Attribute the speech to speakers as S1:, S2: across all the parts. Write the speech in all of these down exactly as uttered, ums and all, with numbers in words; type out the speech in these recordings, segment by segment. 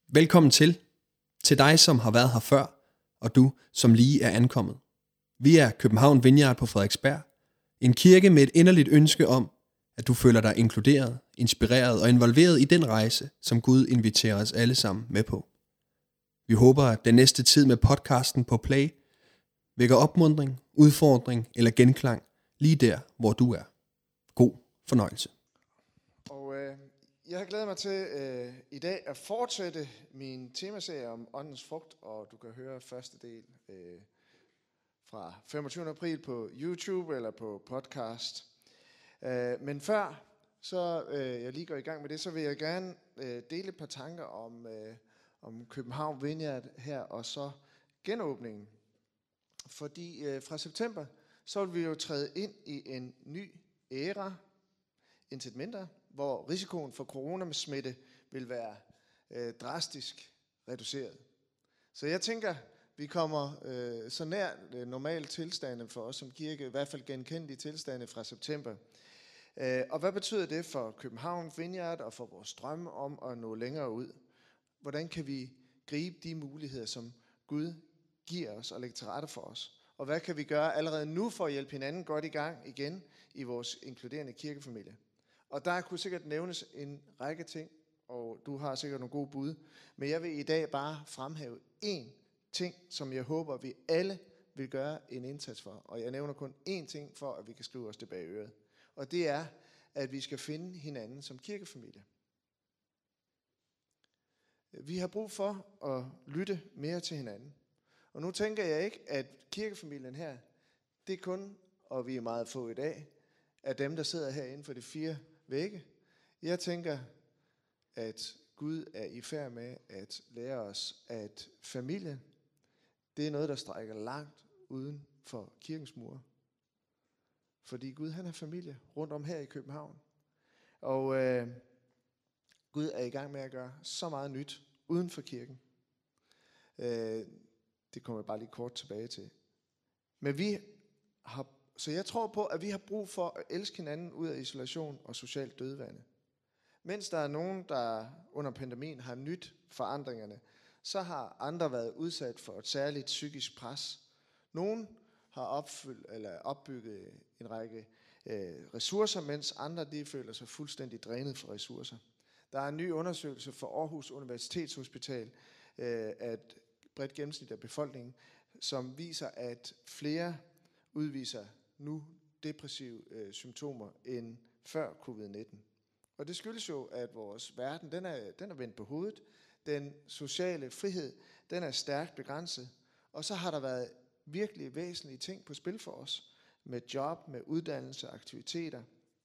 S1: Velkommen til. Til dig, som har været her før, og du, som lige er ankommet. Vi er København Vineyard på Frederiksberg. En kirke med et inderligt ønske om, at du føler dig inkluderet, inspireret og involveret i den rejse, som Gud inviterer os alle sammen med på. Vi håber, at den næste tid med podcasten på Play vækker opmuntring, udfordring eller genklang lige der, hvor du er. God fornøjelse.
S2: Og øh, jeg har glædet mig til øh, i dag at fortsætte min temaserie om åndens frugt, og du kan høre første del øh, fra femogtyvende april på YouTube eller på podcast. Øh, men før så øh, jeg lige går i gang med det, så vil jeg gerne øh, dele et par tanker om, øh, om København Vineyard her, og så genåbningen. Fordi øh, fra september, så vil vi jo træde ind i en ny æra, intet mindre, hvor risikoen for coronasmitte vil være øh, drastisk reduceret. Så jeg tænker, vi kommer øh, så nær øh, normale tilstande for os som kirke, i hvert fald genkendelige tilstande fra september. Øh, og hvad betyder det for København Vineyard og for vores drømme om at nå længere ud? Hvordan kan vi gribe de muligheder, som Gud giver os og lægge til rette for os? Og hvad kan vi gøre allerede nu for at hjælpe hinanden godt i gang igen i vores inkluderende kirkefamilie? Og der kunne sikkert nævnes en række ting, og du har sikkert nogle gode bud. Men jeg vil i dag bare fremhæve én ting, som jeg håber, vi alle vil gøre en indsats for. Og jeg nævner kun én ting for, at vi kan skrive os tilbage i øret. Og det er, at vi skal finde hinanden som kirkefamilie. Vi har brug for at lytte mere til hinanden. Og nu tænker jeg ikke, at kirkefamilien her, det er kun, og vi er meget få i dag, af dem, der sidder her inden for de fire vægge. Jeg tænker, at Gud er i færd med at lære os, at familie, det er noget, der strækker langt uden for kirkens mure. Fordi Gud, han har familie rundt om her i København. Og øh, Gud er i gang med at gøre så meget nyt uden for kirken. Øh, det kommer jeg bare lige kort tilbage til. Men vi har Så jeg tror på, at vi har brug for at elske hinanden ud af isolation og socialt dødvande. Mens der er nogen, der under pandemien har nyt forandringerne, så har andre været udsat for et særligt psykisk pres. Nogen har opfyldt, eller opbygget en række øh, ressourcer, mens andre de føler sig fuldstændig drænet for ressourcer. Der er en ny undersøgelse for Aarhus Universitetshospital øh, af et bredt gennemsnit af befolkningen, som viser, at flere udviser nu depressive øh, symptomer end før covid nitten. Og det skyldes jo, at vores verden den er, den er vendt på hovedet. Den sociale frihed den er stærkt begrænset. Og så har der været virkelig væsentlige ting på spil for os. Med job, med uddannelse, aktiviteter.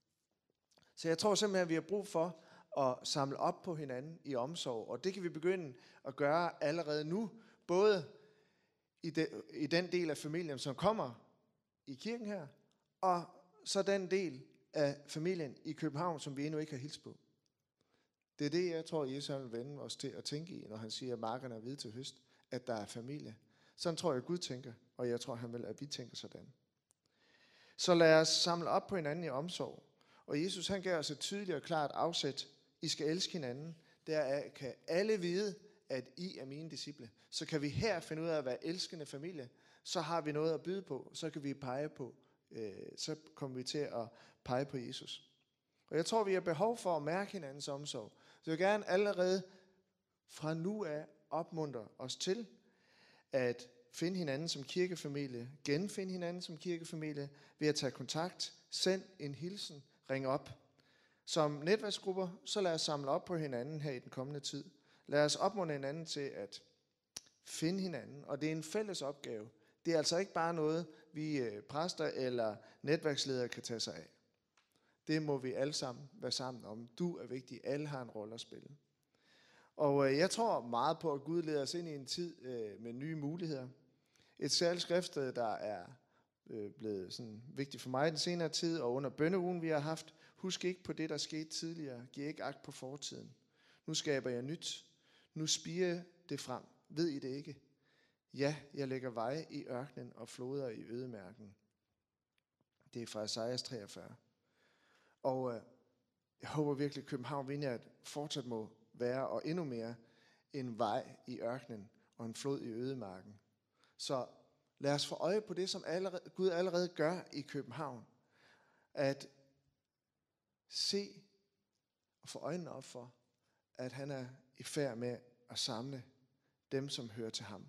S2: Så jeg tror simpelthen, at vi har brug for at samle op på hinanden i omsorg. Og det kan vi begynde at gøre allerede nu. Både i, de, i den del af familien, som kommer i kirken her, og så den del af familien i København, som vi endnu ikke har hilst på. Det er det, jeg tror, Jesus vil vende os til at tænke i, når han siger, at markerne er hvide til høst, at der er familie. Sådan tror jeg, Gud tænker, og jeg tror, han vil, at vi tænker sådan. Så lad os samle op på hinanden i omsorg. Og Jesus, han gav os et tydeligt og klart afsæt. I skal elske hinanden. Der kan alle vide, at I er mine disciple. Så kan vi her finde ud af at være elskende familie. Så har vi noget at byde på. Så kan vi pege på. Øh, så kommer vi til at pege på Jesus. Og jeg tror, vi har behov for at mærke hinandens omsorg. Så jeg vil gerne allerede fra nu af opmuntre os til at finde hinanden som kirkefamilie. Genfinde hinanden som kirkefamilie ved at tage kontakt. Send en hilsen. Ring op. Som netværksgrupper, så lad os samle op på hinanden her i den kommende tid. Lad os opmuntre hinanden til at finde hinanden. Og det er en fælles opgave. Det er altså ikke bare noget, vi præster eller netværksledere kan tage sig af. Det må vi alle sammen være sammen om. Du er vigtig. Alle har en rolle at spille. Og jeg tror meget på, at Gud leder os ind i en tid med nye muligheder. Et særligt skriftsted, der er blevet sådan vigtigt for mig den senere tid, og under bønneugen, vi har haft. Husk ikke på det, der skete tidligere. Giv ikke agt på fortiden. Nu skaber jeg nyt. Nu spirer det frem. Ved I det ikke? Ja, jeg lægger veje i ørkenen og floder i ødemærken. Det er fra Esajas treogfyrre. Og øh, jeg håber virkelig, at København Vineyard fortsat må være, og endnu mere, en vej i ørkenen og en flod i ødemarken. Så lad os få øje på det, som allerede, Gud allerede gør i København. At se og få øjnene op for, at han er i færd med at samle dem, som hører til ham.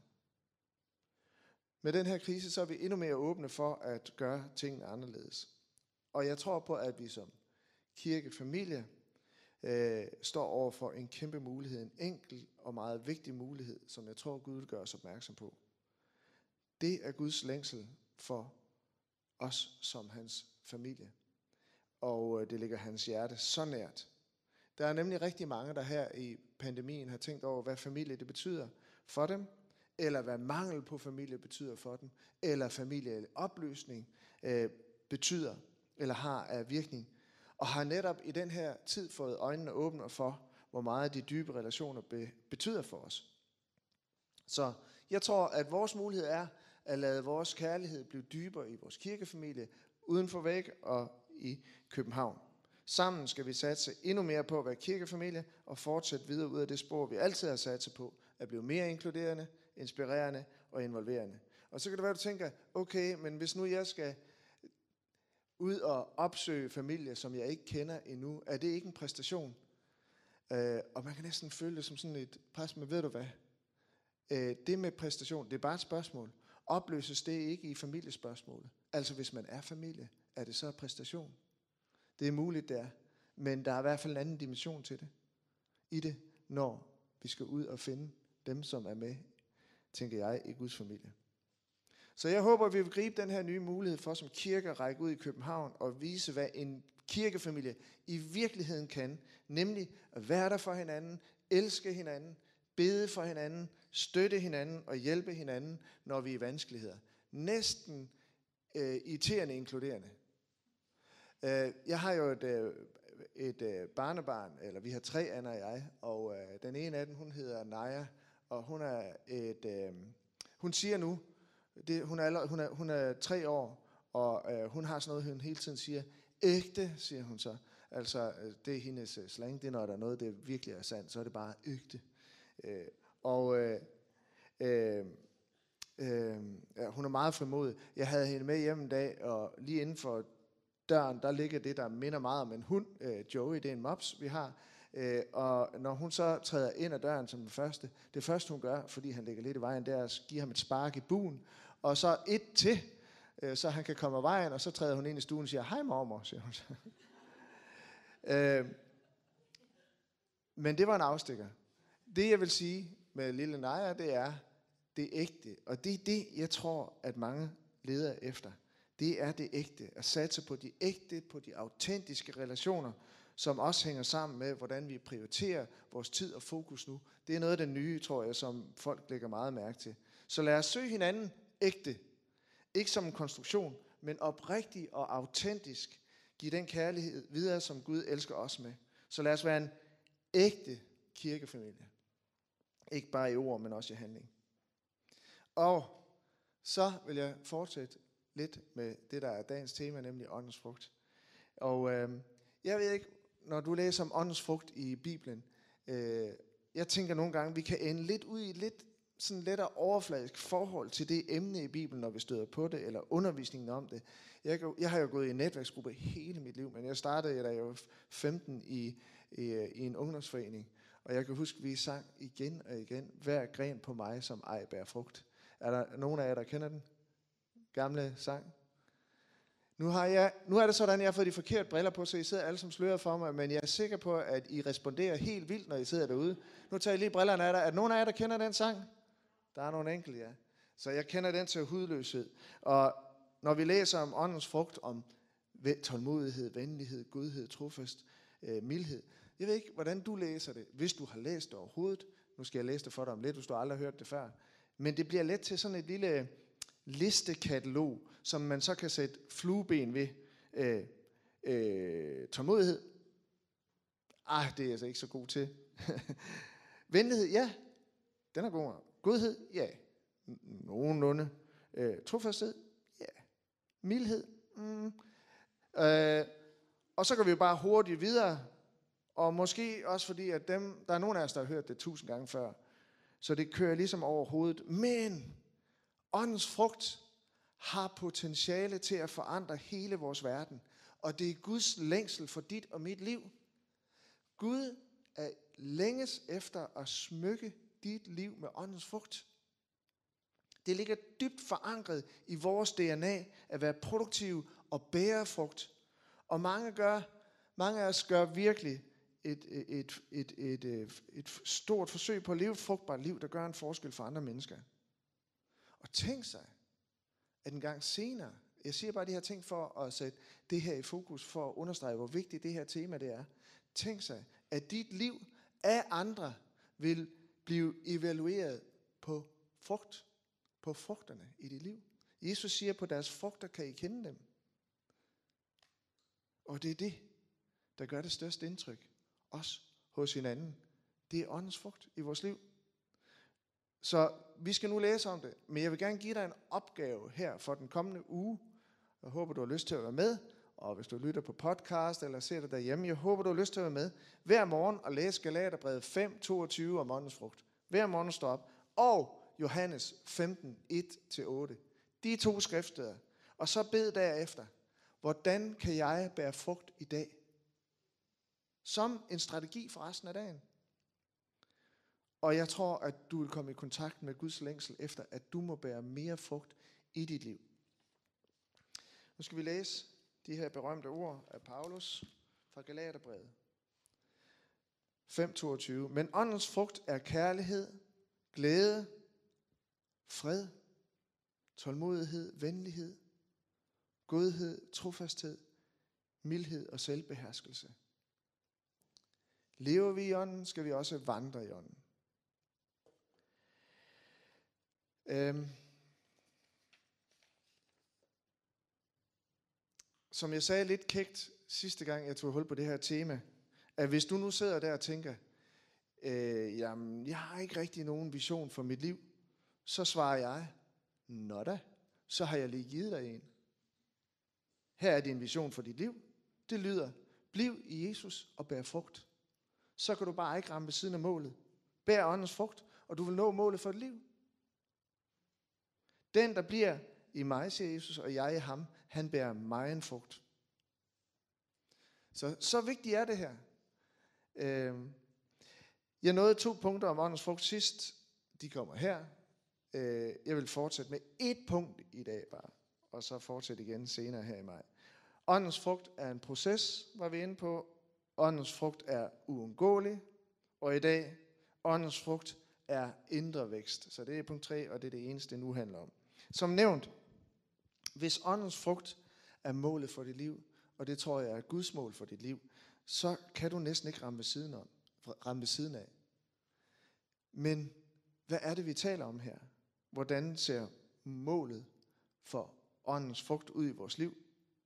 S2: Med den her krise, så er vi endnu mere åbne for at gøre tingene anderledes. Og jeg tror på, at vi som kirkefamilie øh, står over for en kæmpe mulighed, en enkel og meget vigtig mulighed, som jeg tror, Gud vil gøre os opmærksom på. Det er Guds længsel for os som hans familie. Og det ligger hans hjerte så nært. Der er nemlig rigtig mange, der her i pandemien har tænkt over, hvad familie det betyder for dem, eller hvad mangel på familie betyder for dem, eller familieopløsning øh, betyder, eller har af virkning. Og har netop i den her tid fået øjnene åbne for, hvor meget de dybe relationer be- betyder for os. Så jeg tror, at vores mulighed er at lade vores kærlighed blive dybere i vores kirkefamilie, uden for væk og i København. Sammen skal vi satse endnu mere på at være kirkefamilie og fortsætte videre ud af det spor, vi altid har satset på, at blive mere inkluderende, inspirerende og involverende. Og så kan det være, at du tænker, okay, men hvis nu jeg skal ud og opsøge familie, som jeg ikke kender endnu, er det ikke en præstation? Øh, og man kan næsten føle det som sådan et pres, men ved du hvad? Øh, det med præstation, det er bare et spørgsmål. Opløses det ikke i familiespørgsmålet? Altså hvis man er familie, er det så præstation? Det er muligt, det er. Men der er i hvert fald en anden dimension til det. I det, når vi skal ud og finde dem, som er med, tænker jeg, i Guds familie. Så jeg håber, at vi vil gribe den her nye mulighed for som kirke at række ud i København og vise, hvad en kirkefamilie i virkeligheden kan. Nemlig at være der for hinanden, elske hinanden, bede for hinanden, støtte hinanden og hjælpe hinanden, når vi er i vanskeligheder. Næsten øh, irriterende inkluderende. Øh, jeg har jo et, øh, et øh, barnebarn, eller vi har tre, Anna og jeg, og øh, den ene af dem, hun hedder Naja, og hun er et, øh, hun siger nu, det, hun, er allerede, hun, er, hun er tre år, og øh, hun har sådan noget, hun hele tiden siger, ægte, siger hun så. Altså, det er hendes uh, slang, det er når der er noget, det virkelig er sandt, så er det bare ægte. Øh, og øh, øh, øh, ja, hun er meget frimodig. Jeg havde hende med hjem en dag, og lige inden for døren, der ligger det, der minder meget om en hund. Øh, Joey, det er en mops, vi har. Øh, og når hun så træder ind ad døren som den første, det første hun gør, fordi han ligger lidt i vejen, det er at give ham et spark i buen, og så et til, øh, så han kan komme af vejen, og så træder hun ind i stuen og siger, hej mormor, siger hun så. øh, men det var en afstikker. Det jeg vil sige med lille Naja, det er, det er ægte, og det er det, jeg tror, at mange leder efter. Det er det ægte, at satse på de ægte, på de autentiske relationer, som også hænger sammen med, hvordan vi prioriterer vores tid og fokus nu. Det er noget af det nye, tror jeg, som folk lægger meget mærke til. Så lad os søge hinanden ægte. Ikke som en konstruktion, men oprigtig og autentisk. Giv den kærlighed videre, som Gud elsker os med. Så lad os være en ægte kirkefamilie. Ikke bare i ord, men også i handling. Og så vil jeg fortsætte lidt med det, der er dagens tema, nemlig åndens frugt. Og øh, jeg ved ikke, når du læser om åndens frugt i Bibelen, øh, jeg tænker nogle gange, vi kan ende lidt ud i et lidt sådan lettere overfladisk forhold til det emne i Bibelen, når vi støder på det, eller undervisningen om det. Jeg, jeg har jo gået i en netværksgruppe hele mit liv, men jeg startede, da jeg var femten i, i, i en ungdomsforening, og jeg kan huske, at vi sang igen og igen, hver gren på mig, som ej bærer frugt. Er der nogen af jer, der kender den? Gamle sang. Nu, har jeg, nu er det sådan, at jeg har fået de forkerte briller på, så I sidder alle som slører for mig, men jeg er sikker på, at I responderer helt vildt, når I sidder derude. Nu tager I lige brillerne af dig. Er der nogen af jer, der kender den sang? Der er nogle enkelte, ja. Så jeg kender den til hudløshed. Og når vi læser om åndens frugt, om tålmodighed, venlighed, godhed, trofast, øh, mildhed. Jeg ved ikke, hvordan du læser det, hvis du har læst det overhovedet. Nu skal jeg læse det for dig om lidt, hvis du aldrig har hørt det før. Men det bliver let til sådan et lille listekatalog, som man så kan sætte flueben ved. Øh, øh, tålmodighed. Ah, det er jeg altså ikke så god til. Venlighed, ja. Den er god. Godhed, ja. Nogenlunde. Øh, trofasthed, ja. Mildhed, mm. øh, og så går vi jo bare hurtigt videre. Og måske også fordi, at dem, der er nogen af os, der har hørt det tusind gange før. så det kører ligesom over hovedet. Men åndens frugt har potentiale til at forandre hele vores verden. Og det er Guds længsel for dit og mit liv. Gud er længes efter at smykke dit liv med åndens frugt. Det ligger dybt forankret i vores D N A at være produktiv og bære frugt. Og mange, gør, mange af os gør virkelig et, et, et, et, et, et, et stort forsøg på at leve et frugtbart liv, der gør en forskel for andre mennesker. Og tænk sig, at en gang senere, jeg siger bare de her ting for at sætte det her i fokus, for at understrege, hvor vigtigt det her tema det er. Tænk sig, at dit liv af andre vil blive evalueret på frugt, på frugterne i dit liv. Jesus siger, på deres frugter kan I kende dem. Og det er det, der gør det største indtryk, også hos hinanden. Det er åndens frugt i vores liv. Så vi skal nu læse om det, men jeg vil gerne give dig en opgave her for den kommende uge. Jeg håber, du har lyst til at være med, og hvis du lytter på podcast eller ser det derhjemme, jeg håber, du har lyst til at være med hver morgen og læse Galaterbrevet fem toogtyve om åndens frugt. Hver morgen stå op, og Johannes femten et til otte. De to skriftsteder. Og så bed derefter, hvordan kan jeg bære frugt i dag? Som en strategi for resten af dagen. Og jeg tror, at du vil komme i kontakt med Guds længsel efter, at du må bære mere frugt i dit liv. Nu skal vi læse de her berømte ord af Paulus fra Galaterbrevet fem toogtyve. Men åndens frugt er kærlighed, glæde, fred, tålmodighed, venlighed, godhed, trofasthed, mildhed og selvbeherskelse. Lever vi i ånden, skal vi også vandre i ånden. Øhm. Som jeg sagde lidt kægt sidste gang, jeg tog hul på det her tema, at hvis du nu sidder der og tænker, øh, jamen, jeg har ikke rigtig nogen vision for mit liv, så svarer jeg, nå da, så har jeg lige givet dig en. Her er din vision for dit liv. Det lyder, bliv i Jesus og bær frugt. Så kan du bare ikke ramme ved siden af målet. Bær åndens frugt, og du vil nå målet for dit liv. Den, der bliver i mig, siger Jesus, og jeg i ham, han bærer mig en frugt. Så, så vigtigt er det her. Øh, jeg nåede to punkter om åndens frugt sidst. De kommer her. Øh, jeg vil fortsætte med et punkt i dag bare, og så fortsætte igen senere her i maj. Åndens frugt er en proces, var vi inde på. Åndens frugt er uundgåelig. Og i dag, åndens frugt er indre vækst. Så det er punkt tre, og det er det eneste, det nu handler om. Som nævnt, hvis åndens frugt er målet for dit liv, og det tror jeg er Guds mål for dit liv, så kan du næsten ikke ramme ved siden, om, ramme ved siden af. Men hvad er det, vi taler om her? Hvordan ser målet for åndens frugt ud i vores liv?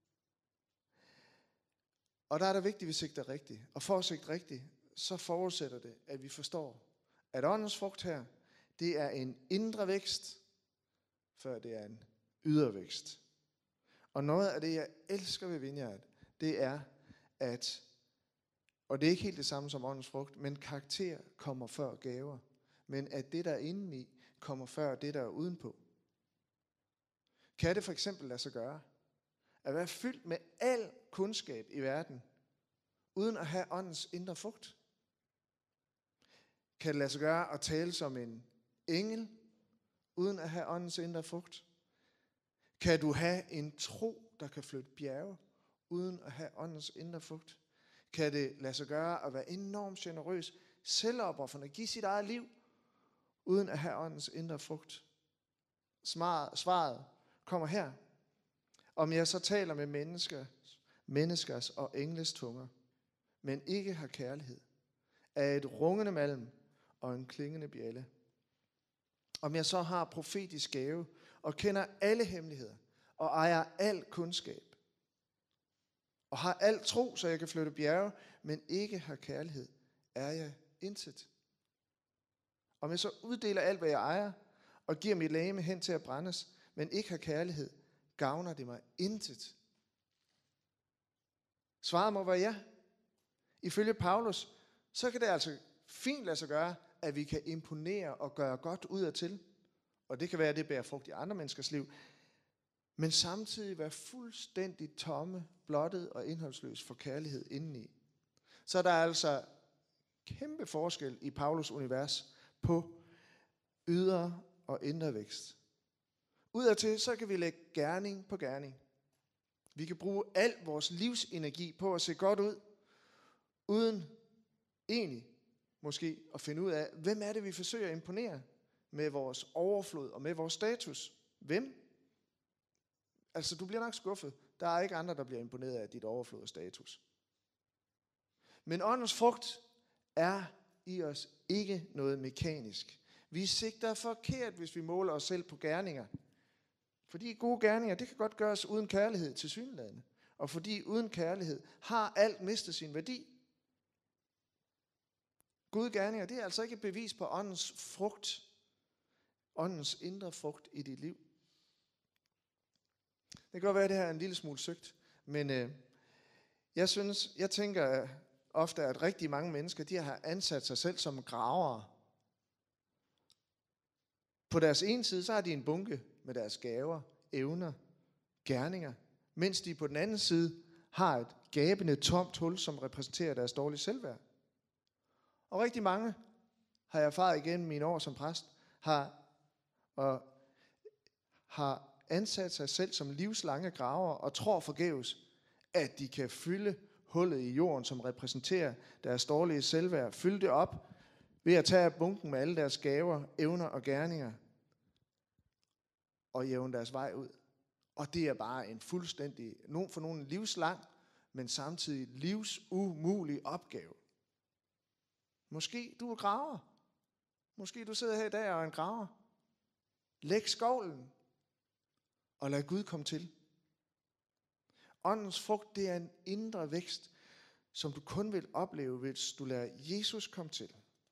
S2: Og der er det vigtigt, at vi sigter rigtigt. Og for at sigte rigtigt, så forudsætter det, at vi forstår, at åndens frugt her, det er en indre vækst, før det er en ydre vækst. Og noget af det, jeg elsker ved Vineyard, det er, at, og det er ikke helt det samme som åndens frugt, men karakter kommer før gaver. Men at det, der er indeni, kommer før det, der er udenpå. Kan det for eksempel lade sig gøre? At være fyldt med al kundskab i verden, uden at have åndens indre frugt? Kan det lade sig gøre at tale som en engel, uden at have åndens indre frugt? Kan du have en tro, der kan flytte bjerge, uden at have åndens indre frugt? Kan det lade sig gøre at være enormt generøs, selvopoffrende, give sit eget liv, uden at have åndens indre frugt? Svaret kommer her. Om jeg så taler med mennesker, menneskers og engles tunger, men ikke har kærlighed, er et rungende malm og en klingende bjælde. Om jeg så har profetisk gave og kender alle hemmeligheder og ejer al kundskab og har al tro, så jeg kan flytte bjerge, men ikke har kærlighed, er jeg intet. Om jeg så uddeler alt, hvad jeg ejer og giver mit legeme hen til at brændes, men ikke har kærlighed, gavner det mig intet. Svaret må være ja. Ifølge Paulus, så kan det altså fint lade sig gøre at vi kan imponere og gøre godt udadtil. Og det kan være, at det bærer frugt i andre menneskers liv. Men samtidig være fuldstændig tomme, blottet og indholdsløs for kærlighed indeni. Så der er altså kæmpe forskel i Paulus univers på ydre og indre vækst. Udadtil så kan vi lægge gerning på gerning. Vi kan bruge al vores livsenergi på at se godt ud, uden egentlig måske at finde ud af, hvem er det, vi forsøger at imponere med vores overflod og med vores status. Hvem? Altså, du bliver nok skuffet. Der er ikke andre, der bliver imponeret af dit overflod og status. Men åndens frugt er i os ikke noget mekanisk. Vi sigter forkert, hvis vi måler os selv på gerninger. Fordi gode gerninger, det kan godt gøres uden kærlighed til synlædende. Og fordi uden kærlighed har alt mistet sin værdi. Gode gerninger, det er altså ikke et bevis på åndens frugt. Åndens indre frugt i dit liv. Det kan godt være, at det her er en lille smule søgt. Men øh, jeg synes, jeg tænker ofte, at rigtig mange mennesker, de har ansat sig selv som gravere. På deres ene side, så har de en bunke med deres gaver, evner, gerninger, mens de på den anden side har et gabende, tomt hul, som repræsenterer deres dårlige selvværd. Og rigtig mange, har jeg erfaret igennem mine år som præst, har, og, har ansat sig selv som livslange graver og tror forgæves, at de kan fylde hullet i jorden, som repræsenterer deres dårlige selvværd, fylde det op ved at tage bunken med alle deres gaver, evner og gerninger og jævne deres vej ud. Og det er bare en fuldstændig, for nogen livslang, men samtidig livsumulig opgave. Måske du er graver. Måske du sidder her i dag og er en graver. Læg skovlen og lad Gud komme til. Åndens frugt, det er en indre vækst, som du kun vil opleve, hvis du lader Jesus komme til.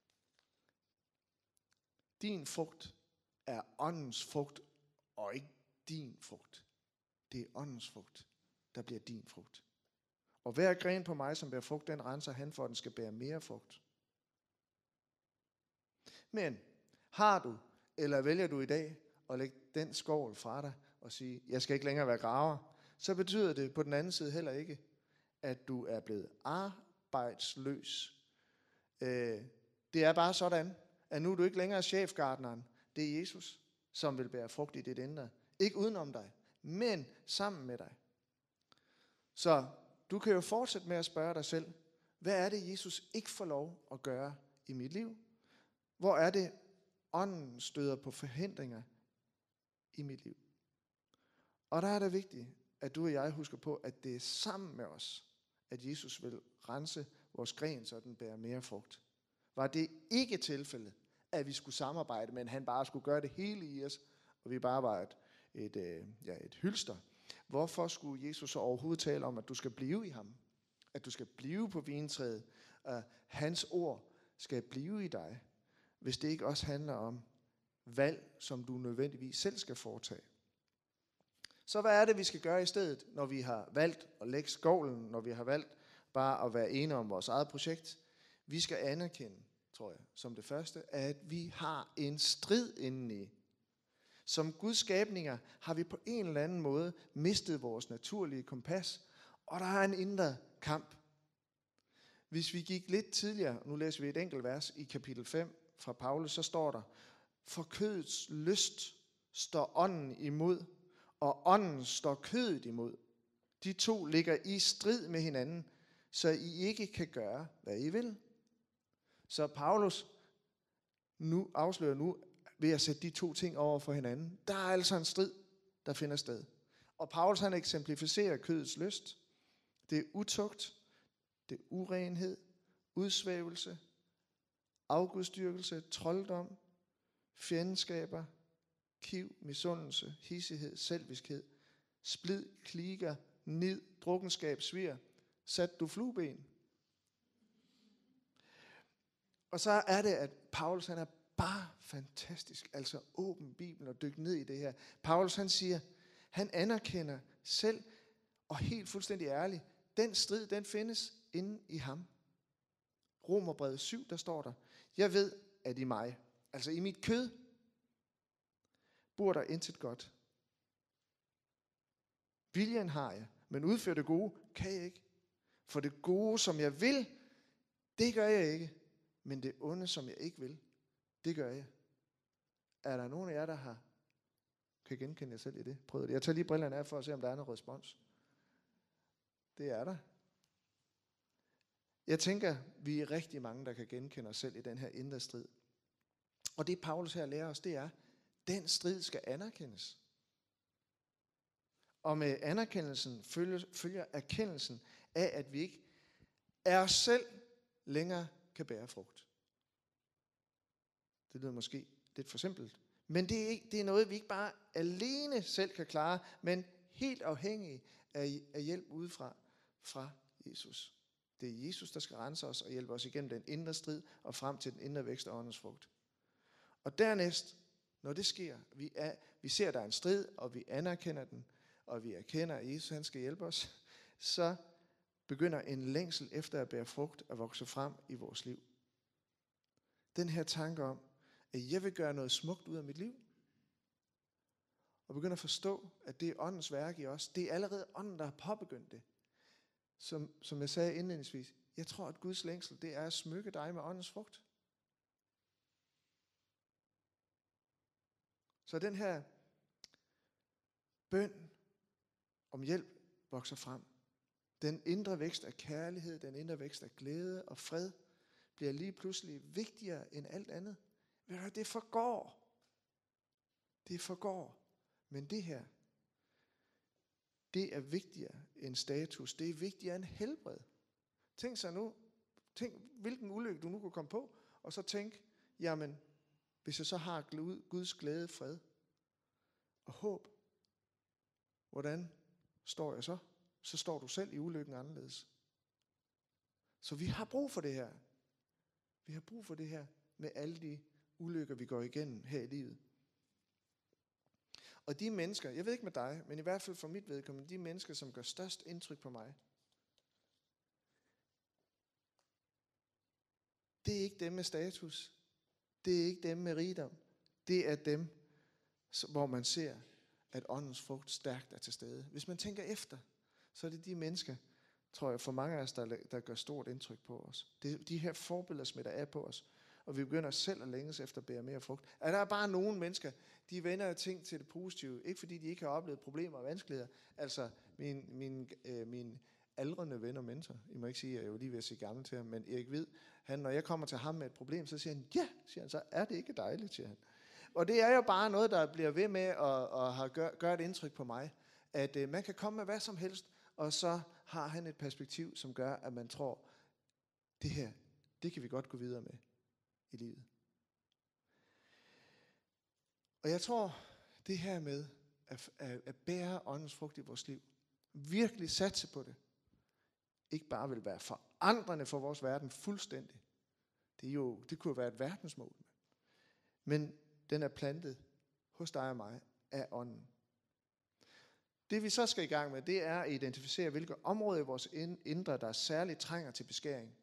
S2: Din frugt er åndens frugt, og ikke din frugt. Det er åndens frugt, der bliver din frugt. Og hver gren på mig, som bærer frugt, den renser han for, at den skal bære mere frugt. Men har du, eller vælger du i dag at lægge den skovl fra dig og sige, jeg skal ikke længere være graver, så betyder det på den anden side heller ikke, at du er blevet arbejdsløs. Øh, det er bare sådan, at nu er du ikke længere chefgartneren. Det er Jesus, som vil bære frugt i dit indre. Ikke udenom dig, men sammen med dig. Så du kan jo fortsætte med at spørge dig selv, hvad er det, Jesus ikke får lov at gøre i mit liv? Hvor er det, ånden støder på forhindringer i mit liv? Og der er det vigtigt, at du og jeg husker på, at det er sammen med os, at Jesus vil rense vores gren, så den bærer mere frugt. Var det ikke tilfældet, at vi skulle samarbejde, men han bare skulle gøre det hele i os, og vi bare var et, et, et, ja, et hylster? Hvorfor skulle Jesus så overhovedet tale om, at du skal blive i ham? At du skal blive på vintræet, og hans ord skal blive i dig, hvis det ikke også handler om valg, som du nødvendigvis selv skal foretage. Så hvad er det, vi skal gøre i stedet, når vi har valgt at lægge skovlen, når vi har valgt bare at være enige om vores eget projekt? Vi skal anerkende, tror jeg, som det første, at vi har en strid indeni. Som Guds skabninger har vi på en eller anden måde mistet vores naturlige kompas, og der er en indre kamp. Hvis vi gik lidt tidligere, nu læser vi et enkelt vers i kapitel fem fra Paulus, så står der, for kødets lyst står ånden imod, og ånden står kødet imod. De to ligger i strid med hinanden, så I ikke kan gøre, hvad I vil. Så Paulus nu afslører nu ved at sætte de to ting over for hinanden. Der er altså en strid, der finder sted. Og Paulus han eksemplificerer kødets lyst. Det er utugt, det er urenhed, udsvævelse, afgudstyrkelse, trolddom, fjendskaber, kiv, misundelse, hissighed, selviskhed, splid, kliker, nid, drukkenskab, svir. Sat du flueben? Og så er det, at Paulus han er bare fantastisk, altså åben Bibelen og dykke ned i det her. Paulus han siger, han anerkender selv og helt fuldstændig ærligt, den strid, den findes inde i ham. Romerbrevet syv, der står der, jeg ved, at i mig, altså i mit kød, bor der intet godt. Viljen har jeg, men udføre det gode kan jeg ikke. For det gode, som jeg vil, det gør jeg ikke. Men det onde, som jeg ikke vil, det gør jeg. Er der nogen af jer, der har, kan genkende jer selv i det? Prøv det. Jeg tager lige brillerne af for at se, om der er noget respons. Det er der. Jeg tænker, vi er rigtig mange, der kan genkende os selv i den her indre strid. Og det Paulus her lærer os, det er, den strid skal anerkendes. Og med anerkendelsen følger, følger erkendelsen af, at vi ikke er os selv længere kan bære frugt. Det lyder måske lidt for simpelt. Men det er, ikke, det er noget, vi ikke bare alene selv kan klare, men helt afhængige af, af hjælp udefra fra Jesus. Det er Jesus, der skal rense os og hjælpe os igennem den indre strid og frem til den indre vækst og åndens frugt. Og dernæst, når det sker, vi, er, vi ser, at der er en strid, og vi anerkender den, og vi erkender, at Jesus han skal hjælpe os, så begynder en længsel efter at bære frugt at vokse frem i vores liv. Den her tanke om, at jeg vil gøre noget smukt ud af mit liv, og begynder at forstå, at det er åndens værk i os. Det er allerede ånden, der har påbegyndt det. Som, som jeg sagde indledningsvis, jeg tror, at Guds længsel, det er at smykke dig med åndens frugt. Så den her bøn om hjælp vokser frem. Den indre vækst af kærlighed, den indre vækst af glæde og fred, bliver lige pludselig vigtigere end alt andet. Ved du, det forgår. Det forgår. Men det her, det er vigtigere end status. Det er vigtigere end helbred. Tænk så nu, tænk hvilken ulykke du nu kunne komme på, og så tænk, jamen, hvis jeg så har Guds glæde, fred og håb, hvordan står jeg så? Så står du selv i ulykken anderledes. Så vi har brug for det her. Vi har brug for det her med alle de ulykker, vi går igennem her i livet. Og de mennesker, jeg ved ikke med dig, men i hvert fald for mit vedkommende, de mennesker, som gør størst indtryk på mig, det er ikke dem med status. Det er ikke dem med rigdom. Det er dem, hvor man ser, at åndens frugt stærkt er til stede. Hvis man tænker efter, så er det de mennesker, tror jeg, for mange af os, der, der gør stort indtryk på os. Det er de her forbilleder smitter af på os. Og vi begynder selv at længes efter at bære mere frugt. Er der bare nogle mennesker, de vender ting til det positive. Ikke fordi de ikke har oplevet problemer og vanskeligheder. Altså min, min, øh, min aldrende ven og mentor. I må ikke sige, at jeg er jo lige ved at se gammel til ham. Men Erik Hvid, han, når jeg kommer til ham med et problem, så siger han, ja, siger han, så er det ikke dejligt, siger han. Og det er jo bare noget, der bliver ved med at, at have gør, gør et indtryk på mig. At øh, man kan komme med hvad som helst, og så har han et perspektiv, som gør, at man tror, det her, det kan vi godt gå videre med i livet. Og jeg tror, det her med at, at, at bære åndens frugt i vores liv, virkelig satse på det, ikke bare vil være forandrende for vores verden fuldstændig. Det, er jo, det kunne jo være et verdensmål. Men den er plantet hos dig og mig af ånden. Det vi så skal i gang med, det er at identificere, hvilke områder i vores indre, der særligt trænger til beskæring.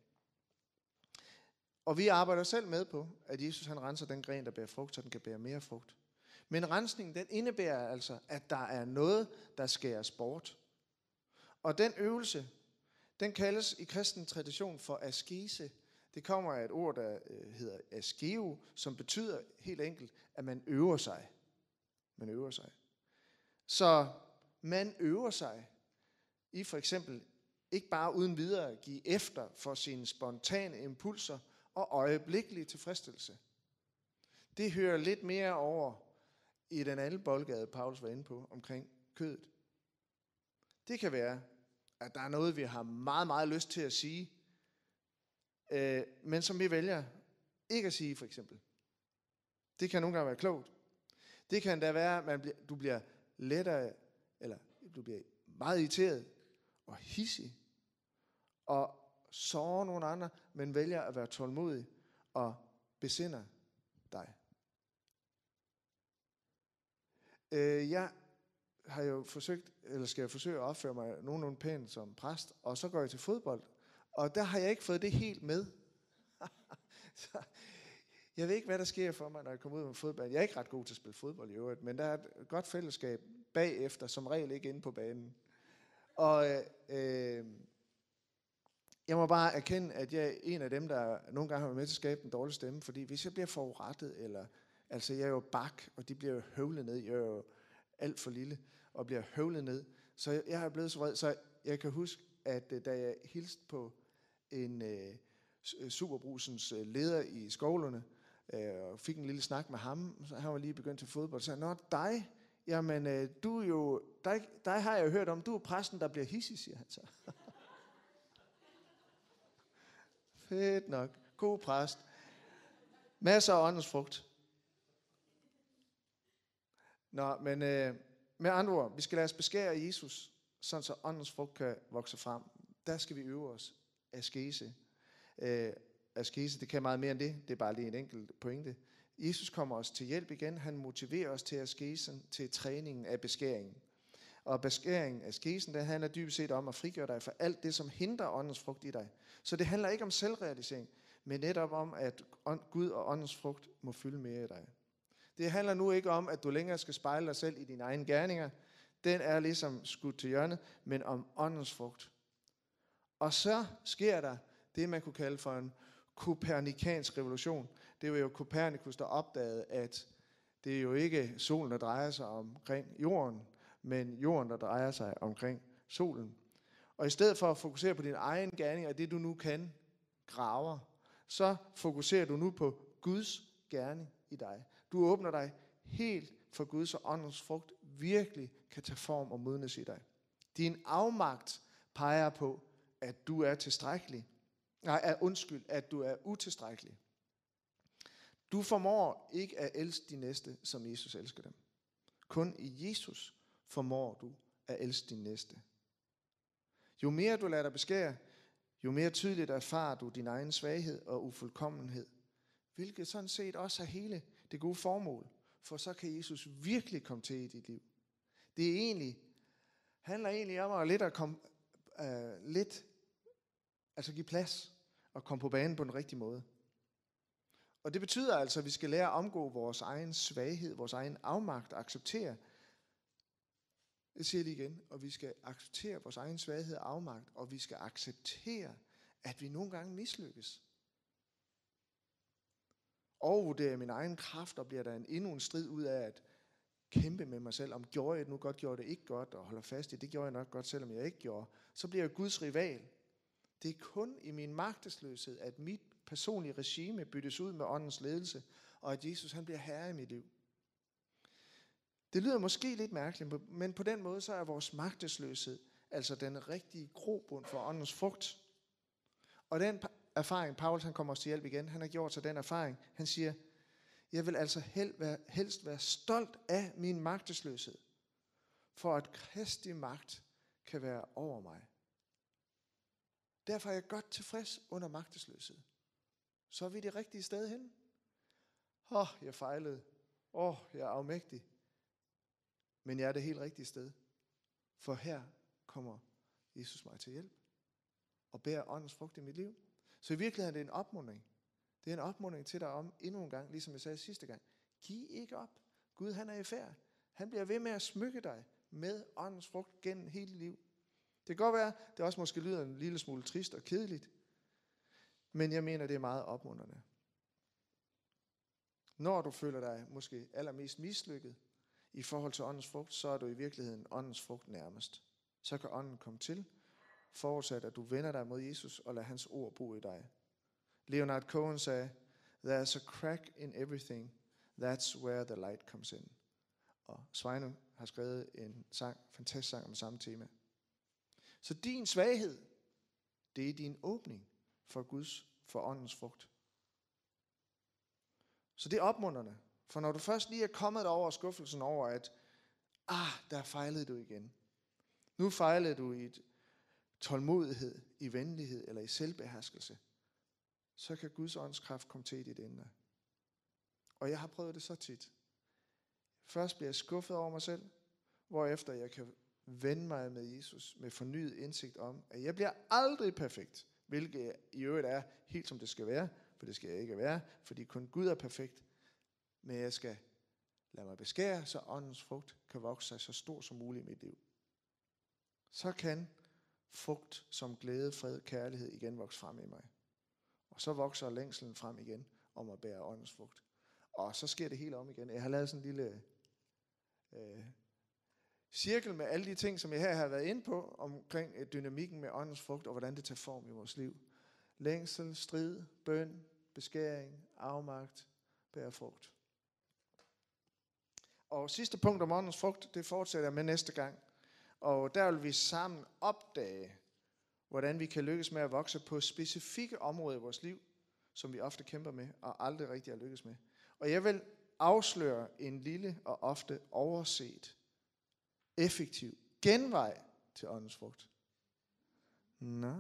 S2: Og vi arbejder selv med på, at Jesus han renser den gren, der bærer frugt, så den kan bære mere frugt. Men rensningen, den indebærer altså, at der er noget, der skæres bort. Og den øvelse, den kaldes i kristen tradition for askese. Det kommer af et ord, der hedder askeo, som betyder helt enkelt, at man øver sig. Man øver sig. Så man øver sig i for eksempel ikke bare uden videre at give efter for sine spontane impulser og øjeblikkelig tilfredsstillelse. Det hører lidt mere over i den anden boldgade, Paulus var inde på, omkring kødet. Det kan være, at der er noget, vi har meget, meget lyst til at sige, øh, men som vi vælger ikke at sige, for eksempel. Det kan nogle gange være klogt. Det kan da være, at man bliver, du bliver lettere, eller du bliver meget irriteret og hissig, og sårer nogle andre, men vælger at være tålmodig og besinder dig. Øh, jeg har jo forsøgt, eller skal jeg forsøge at opføre mig nogenlunde pænt som præst, og så går jeg til fodbold, og der har jeg ikke fået det helt med. Så Jeg ved ikke, hvad der sker for mig, når jeg kommer ud med fodbold. Jeg er ikke ret god til at spille fodbold i øvrigt, men der er et godt fællesskab bagefter, som regel ikke inde på banen. Og øh, jeg må bare erkende, at jeg er en af dem, der nogle gange har været med til at skabe en dårlig stemme, fordi hvis jeg bliver forurettet, eller altså jeg er jo bak, og de bliver jo høvlet ned, jeg er jo alt for lille, og bliver høvlet ned, så jeg, jeg har blevet så vred, så jeg kan huske, at uh, da jeg hilste på en uh, Superbrusens uh, leder i Skovlerne, uh, og fik en lille snak med ham, så han var lige begyndt til fodbold, så sagde, nå dig, jamen uh, du er jo, dig, dig har jeg jo hørt om, du er præsten, der bliver hissig, siger han så. Fedt nok. God præst. Masser af åndens frugt. Nå, men øh, med andre ord, vi skal lade os beskære af Jesus, sådan så åndens frugt kan vokse frem. Der skal vi øve os. Askese. Øh, askese, det kan meget mere end det. Det er bare lige en enkelt pointe. Jesus kommer os til hjælp igen. Han motiverer os til askesen, til træningen af beskæringen. Og beskæringen af askesen, det handler dybest set om at frigøre dig for alt det, som hindrer åndens frugt i dig. Så det handler ikke om selvrealisering, men netop om, at Gud og åndens frugt må fylde mere i dig. Det handler nu ikke om, at du længere skal spejle dig selv i dine egne gerninger. Den er ligesom skudt til hjørnet, men om åndens frugt. Og så sker der det, man kunne kalde for en kopernikansk revolution. Det var jo Kopernikus, der opdagede, at det er jo ikke solen, der drejer sig omkring jorden, men jorden, der drejer sig omkring solen. Og i stedet for at fokusere på din egen gerning og det, du nu kan, graver, så fokuserer du nu på Guds gerning i dig. Du åbner dig helt for Gud, så åndens frugt virkelig kan tage form og modnes i dig. Din afmagt peger på, at du er tilstrækkelig. Nej, er undskyld, at du er utilstrækkelig. Du formår ikke at elske de næste, som Jesus elsker dem. Kun i Jesus formår du at elske din næste. Jo mere du lader dig beskære, jo mere tydeligt erfarer du din egen svaghed og ufuldkommenhed. Hvilket sådan set også er hele det gode formål. For så kan Jesus virkelig komme til i dit liv. Det er egentlig, handler egentlig om at lidt at komme, øh, lidt, altså give plads og komme på banen på den rigtige måde. Og det betyder altså, at vi skal lære at omgå vores egen svaghed, vores egen afmagt og acceptere. Jeg siger det igen, og vi skal acceptere vores egen svaghed og afmagt, og vi skal acceptere, at vi nogle gange mislykkes. Overvurdere min egen kraft, og bliver der en, endnu en strid ud af at kæmpe med mig selv, om gjorde jeg det nu godt, gjorde det ikke godt, og holder fast i, det gjorde jeg nok godt, selvom jeg ikke gjorde. Så bliver jeg Guds rival. Det er kun i min magtesløshed, at mit personlige regime byttes ud med åndens ledelse, og at Jesus han bliver herre i mit liv. Det lyder måske lidt mærkeligt, men på den måde så er vores magtesløshed altså den rigtige grobund for åndens frugt. Og den erfaring, Paulus han kommer os til hjælp igen, han har gjort sig den erfaring, han siger, jeg vil altså helst være stolt af min magtesløshed, for at Kristi magt kan være over mig. Derfor er jeg godt tilfreds under magtesløshed. Så er vi det rigtige sted hen. Åh, oh, jeg fejlede. Åh, oh, jeg er afmægtig. Men jeg er det helt rigtige sted. For her kommer Jesus mig til hjælp. Og bærer åndens frugt i mit liv. Så i virkeligheden er det en opmuntring. Det er en opmuntring til dig om endnu en gang, ligesom jeg sagde sidste gang. Giv ikke op. Gud han er i færd. Han bliver ved med at smykke dig med åndens frugt gennem hele liv. Det kan godt være, det også måske lyder en lille smule trist og kedeligt. Men jeg mener, det er meget opmuntrende. Når du føler dig måske allermest mislykket i forhold til åndens frugt, så er du i virkeligheden åndens frugt nærmest. Så kan ånden komme til, forudsat at du vender dig mod Jesus og lader hans ord bo i dig. Leonard Cohen sagde, there's a crack in everything, that's where the light comes in. Og Svejne har skrevet en sang, fantastisk sang om samme tema. Så din svaghed, det er din åbning for Guds, for åndens frugt. Så det er opmuntrende. For når du først lige er kommet over skuffelsen over, at ah, der fejlede du igen. Nu fejlede du i et tålmodighed, i venlighed eller i selvbeherskelse. Så kan Guds åndskraft komme til i dit indre. Og jeg har prøvet det så tit. Først bliver jeg skuffet over mig selv, hvorefter jeg kan vende mig med Jesus med fornyet indsigt om, at jeg bliver aldrig perfekt, hvilket i øvrigt er helt som det skal være, for det skal jeg ikke være, fordi kun Gud er perfekt. Men jeg skal lade mig beskære, så åndens frugt kan vokse sig så stor som muligt i mit liv. Så kan frugt som glæde, fred, kærlighed igen vokse frem i mig. Og så vokser længslen frem igen om at bære åndens frugt. Og så sker det hele om igen. Jeg har lavet sådan en lille øh, cirkel med alle de ting, som jeg her har været inde på, omkring dynamikken med åndens frugt, og hvordan det tager form i vores liv. Længsel, strid, bøn, beskæring, afmagt, bære frugt. Og sidste punkt om åndens frugt, det fortsætter jeg med næste gang. Og der vil vi sammen opdage, hvordan vi kan lykkes med at vokse på specifikke områder i vores liv, som vi ofte kæmper med, og aldrig rigtig har lykkes med. Og jeg vil afsløre en lille og ofte overset, effektiv genvej til åndens frugt. Nå,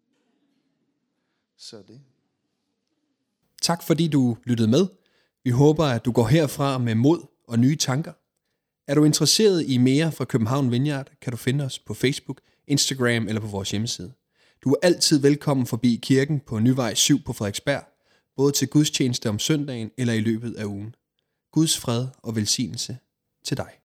S2: så det.
S1: Tak fordi du lyttede med. Vi håber, at du går herfra med mod og nye tanker. Er du interesseret i mere fra København Vineyard, kan du finde os på Facebook, Instagram eller på vores hjemmeside. Du er altid velkommen forbi kirken på Nyvej syv på Frederiksberg, både til gudstjeneste om søndagen eller i løbet af ugen. Guds fred og velsignelse til dig.